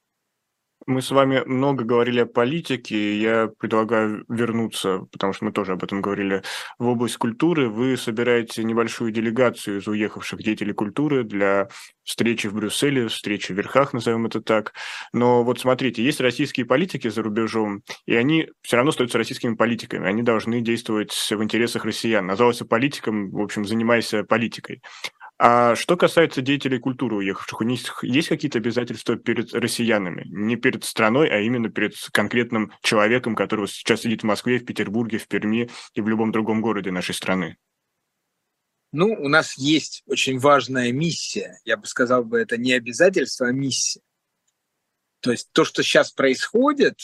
Мы с вами много говорили о политике, я предлагаю вернуться, потому что мы тоже об этом говорили, в область культуры. Вы собираете небольшую делегацию из уехавших деятелей культуры для встречи в Брюсселе, встречи в верхах, назовем это так. Но вот смотрите, есть российские политики за рубежом, и они все равно остаются российскими политиками, они должны действовать в интересах россиян. Назвался политиком, в общем, занимайся политикой. А что касается деятелей культуры уехавших, у них есть какие-то обязательства перед россиянами? Не перед страной, а именно перед конкретным человеком, который сейчас сидит в Москве, в Петербурге, в Перми и в любом другом городе нашей страны? Ну, у нас есть очень важная миссия. Я бы сказал, бы, это не обязательство, а миссия. То есть то, что сейчас происходит,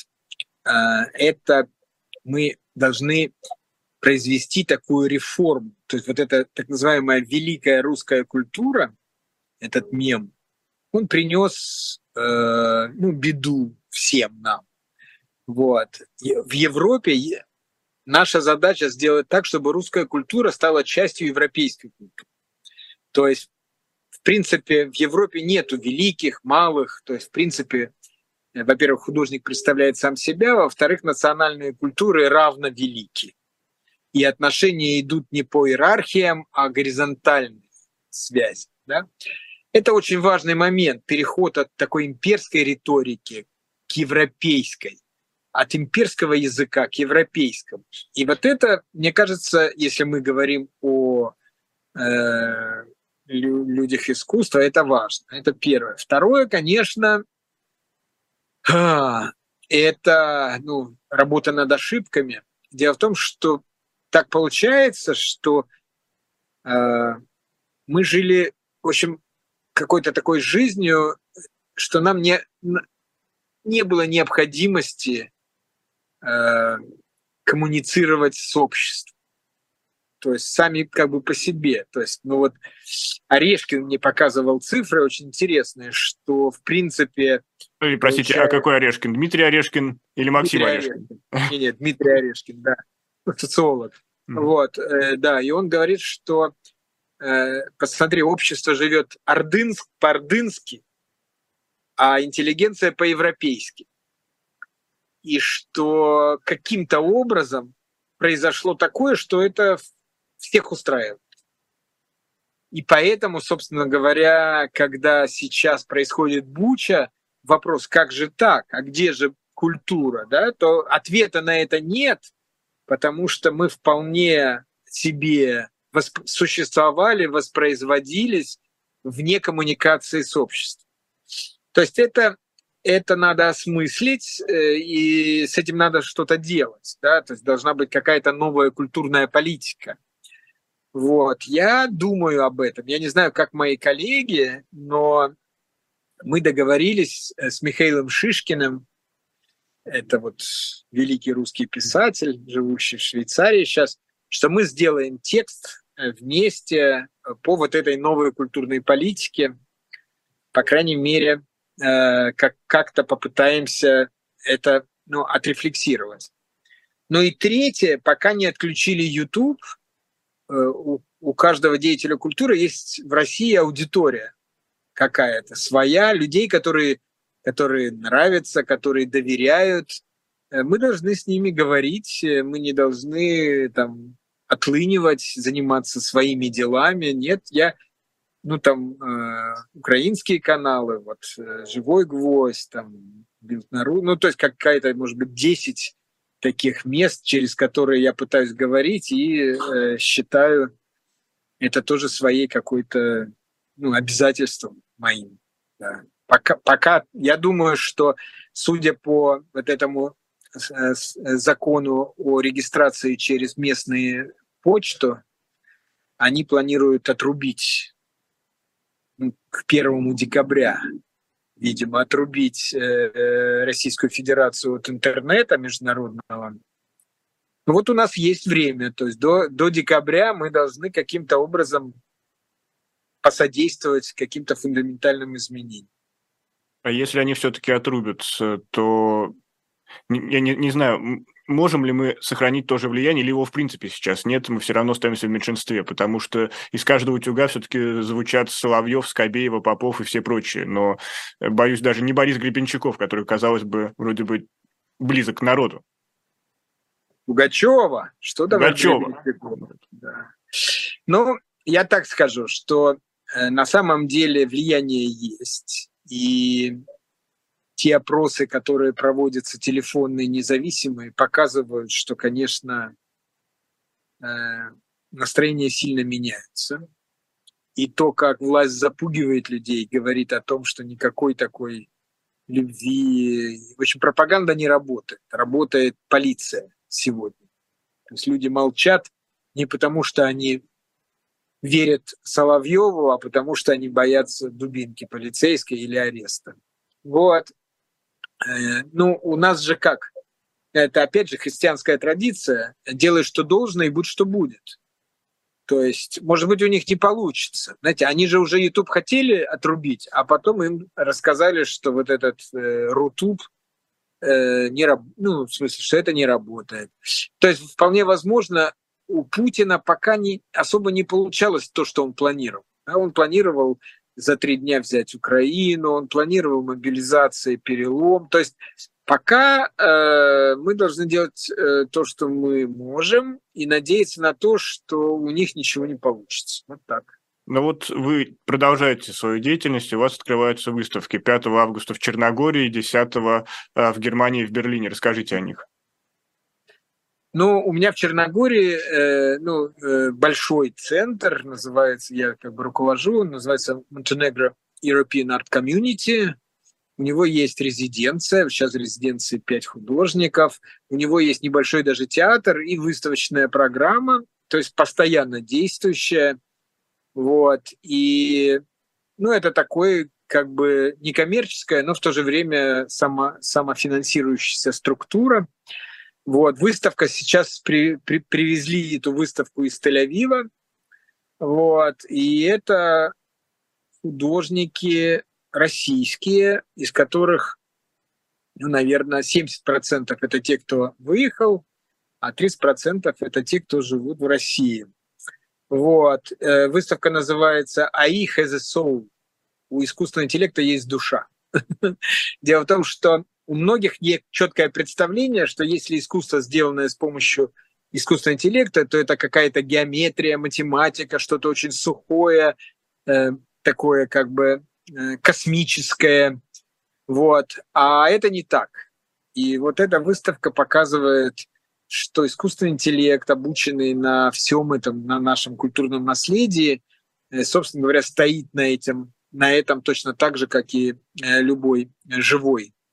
это мы должны произвести такую реформу. То есть вот эта так называемая великая русская культура, этот мем, он принес э, ну, беду всем нам. Вот. В Европе наша задача сделать так, чтобы русская культура стала частью европейской культуры. То есть, в принципе, в Европе нету великих, малых. То есть, в принципе, во-первых, художник представляет сам себя, во-вторых, национальные культуры равно велики. И отношения идут не по иерархиям, а горизонтальной связи. Да? Это очень важный момент, переход от такой имперской риторики к европейской, от имперского языка к европейскому. И вот это, мне кажется, если мы говорим о э, людях искусства, это важно. Это первое. Второе, конечно, это ну, работа над ошибками. Дело в том, что так получается, что э, мы жили, в общем, какой-то такой жизнью, что нам не, не было необходимости э, коммуницировать с обществом. То есть сами как бы по себе. То есть, ну вот Орешкин мне показывал цифры очень интересные, что в принципе... Простите, получается... а какой Орешкин? Дмитрий Орешкин или Максим Дмитрий Орешкин? Орешкин? Нет, нет, Дмитрий Орешкин, да. Социолог. Mm-hmm. Вот, э, да, и он говорит, что, э, посмотри, общество живет ордынск, по-ордынски, а интеллигенция по-европейски. И что каким-то образом произошло такое, что это всех устраивает. И поэтому, собственно говоря, когда сейчас происходит Буча, вопрос, как же так, а где же культура, да, то ответа на это нет, потому что мы вполне себе восп- существовали, воспроизводились вне коммуникации с обществом. То есть это, это надо осмыслить, и с этим надо что-то делать. Да? То есть должна быть какая-то новая культурная политика. Вот. Я думаю об этом. Я не знаю, как мои коллеги, но мы договорились с Михаилом Шишкиным, это вот великий русский писатель, живущий в Швейцарии сейчас, что мы сделаем текст вместе по вот этой новой культурной политике. По крайней мере, как- как-то попытаемся это, ну, отрефлексировать. Ну и третье, пока не отключили YouTube, у, у каждого деятеля культуры есть в России аудитория какая-то своя, людей, которые, которые нравятся, которые доверяют. Мы должны с ними говорить, мы не должны там отлынивать, заниматься своими делами. Нет, я, ну там э, украинские каналы, вот э, «Живой гвоздь», там, «Билтнару», ну то есть какая-то, может быть, десять таких мест, через которые я пытаюсь говорить, и э, считаю это тоже своей какой-то, ну, обязательством моим. Да. Пока, пока я думаю, что, судя по вот этому э, закону о регистрации через местную почту, они планируют отрубить, ну, к первому декабря, видимо, отрубить э, Российскую Федерацию от интернета международного. Ну вот у нас есть время, то есть до, до декабря мы должны каким-то образом посодействовать каким-то фундаментальным изменениям. А если они все-таки отрубят, то не- я не, не знаю, м- можем ли мы сохранить то же влияние, или его в принципе сейчас нет, мы все равно остаемся в меньшинстве, потому что из каждого утюга все-таки звучат Соловьев, Скобеева, Попов и все прочие. Но, э, боюсь, даже не Борис Гребенщиков, который, казалось бы, вроде бы близок к народу. Пугачева, что там? Пугачева. Да. Ну, я так скажу, что э, на самом деле влияние есть, и те опросы, которые проводятся телефонные, независимые, показывают, что, конечно, э, настроение сильно меняется. И то, как власть запугивает людей, говорит о том, что никакой такой любви... В общем, пропаганда не работает. Работает полиция сегодня. То есть люди молчат не потому, что они верят Соловьеву, а потому что они боятся дубинки полицейской или ареста. Вот. Ну, у нас же как? Это, опять же, христианская традиция. Делай, что должно, и будь, что будет. То есть, может быть, у них не получится. Знаете, они же уже YouTube хотели отрубить, а потом им рассказали, что вот этот э, Рутуб э, не раб... ну, в смысле, что это не работает. То есть, вполне возможно, у Путина пока не, особо не получалось то, что он планировал. Да, он планировал за три дня взять Украину, он планировал мобилизацию, перелом. То есть пока э, мы должны делать э, то, что мы можем, и надеяться на то, что у них ничего не получится. Вот так. Ну вот вы продолжаете свою деятельность, у вас открываются выставки пятого августа в Черногории, десятого в Германии, в Берлине. Расскажите о них. Ну, у меня в Черногории э, ну, э, большой центр, называется, я как бы руковожу, он называется Montenegro European Art Community. У него есть резиденция, сейчас в резиденции пять художников, у него есть небольшой даже театр и выставочная программа, то есть постоянно действующая. Вот. И ну, это такое как бы некоммерческая, но в то же время само, самофинансирующаяся структура. Вот. Выставка сейчас при, при, привезли эту выставку из Тель-Авива. Вот. И это художники российские, из которых, ну, наверное, семьдесят процентов это те, кто выехал, а тридцать процентов это те, кто живут в России. Вот. Выставка называется «эй ай has a soul». У искусственного интеллекта есть душа. Дело в том, что у многих есть четкое представление, что если искусство, сделанное с помощью искусственного интеллекта, то это какая-то геометрия, математика, что-то очень сухое, э, такое как бы э, космическое. Вот. А это не так. И вот эта выставка показывает, что искусственный интеллект, обученный на всем этом, на нашем культурном наследии, э, собственно говоря, стоит на этом, на этом точно так же, как и э, любой живой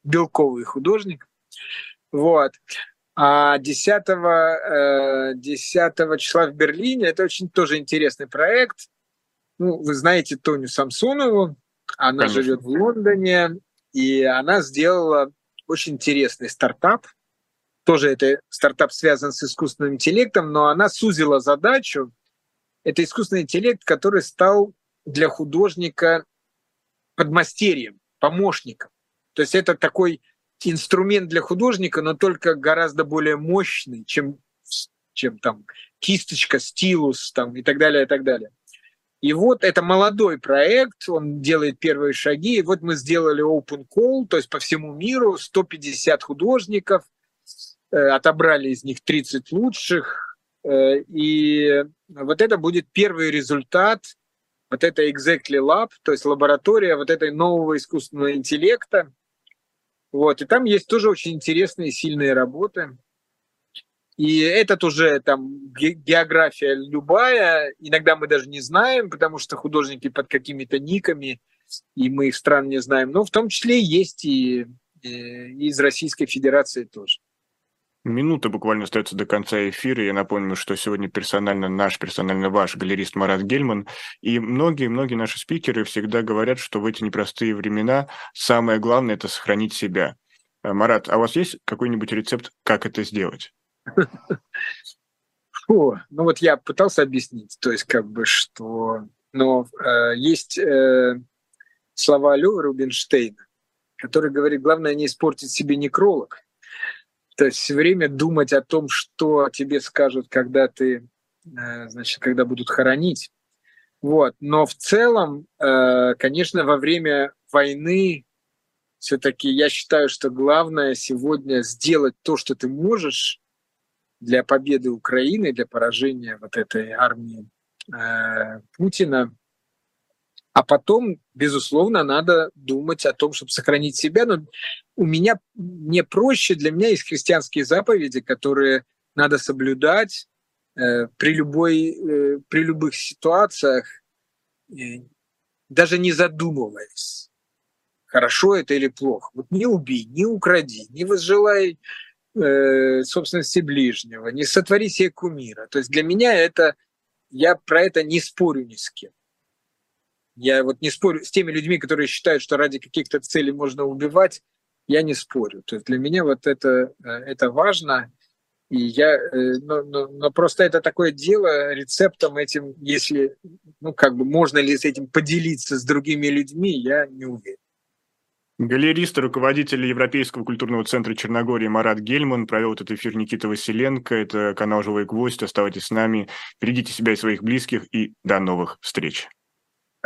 белковый художник. Вот. А десятого, десятого числа в Берлине, это очень тоже интересный проект. Ну, вы знаете Тоню Самсонову, она Конечно. живет в Лондоне, и она сделала очень интересный стартап. Тоже это стартап связан с искусственным интеллектом, но она сузила задачу. Это искусственный интеллект, который стал для художника подмастерьем, помощником. То есть это такой инструмент для художника, но только гораздо более мощный, чем, чем там кисточка, стилус там, и так далее, и так далее. И вот это молодой проект, он делает первые шаги. И вот мы сделали open call, то есть по всему миру сто пятьдесят художников, э, отобрали из них тридцать лучших. Э, и вот это будет первый результат, вот это Exactly Lab, то есть лаборатория вот этой нового искусственного интеллекта. Вот, и там есть тоже очень интересные, сильные работы. И этот уже там география любая, иногда мы даже не знаем, потому что художники под какими-то никами, и мы их стран не знаем, но в том числе есть и, и из Российской Федерации тоже. Минута буквально остается до конца эфира. Я напомню, что сегодня персонально наш, персонально ваш галерист Марат Гельман. И многие-многие наши спикеры всегда говорят, что в эти непростые времена самое главное – это сохранить себя. Марат, а у вас есть какой-нибудь рецепт, как это сделать? Фу, ну вот я пытался объяснить, то есть как бы что... Но э, есть э, слова Лёвы Рубинштейна, который говорит, главное не испортить себе некролог. То есть все время думать о том, что тебе скажут, когда ты, значит, когда будут хоронить. Вот. Но в целом, конечно, во время войны все-таки я считаю, что главное сегодня сделать то, что ты можешь для победы Украины, для поражения вот этой армии Путина. А потом, безусловно, надо думать о том, чтобы сохранить себя. Но у меня, мне проще, для меня есть христианские заповеди, которые надо соблюдать э, при, любой, э, при любых ситуациях, э, даже не задумываясь, хорошо это или плохо. Вот не убей, не укради, не возжелай э, собственности ближнего, не сотвори себе кумира. То есть для меня это, я про это не спорю ни с кем. Я вот не спорю с теми людьми, которые считают, что ради каких-то целей можно убивать, я не спорю. То есть для меня вот это, это важно. И я, но, но, но просто это такое дело, рецептом этим, если, ну как бы, можно ли с этим поделиться с другими людьми, я не уверен. Галерист и руководитель Европейского культурного центра Черногории Марат Гельман. Провел этот эфир Никита Василенко. Это канал «Живой гвоздь». Оставайтесь с нами, берегите себя и своих близких, и до новых встреч.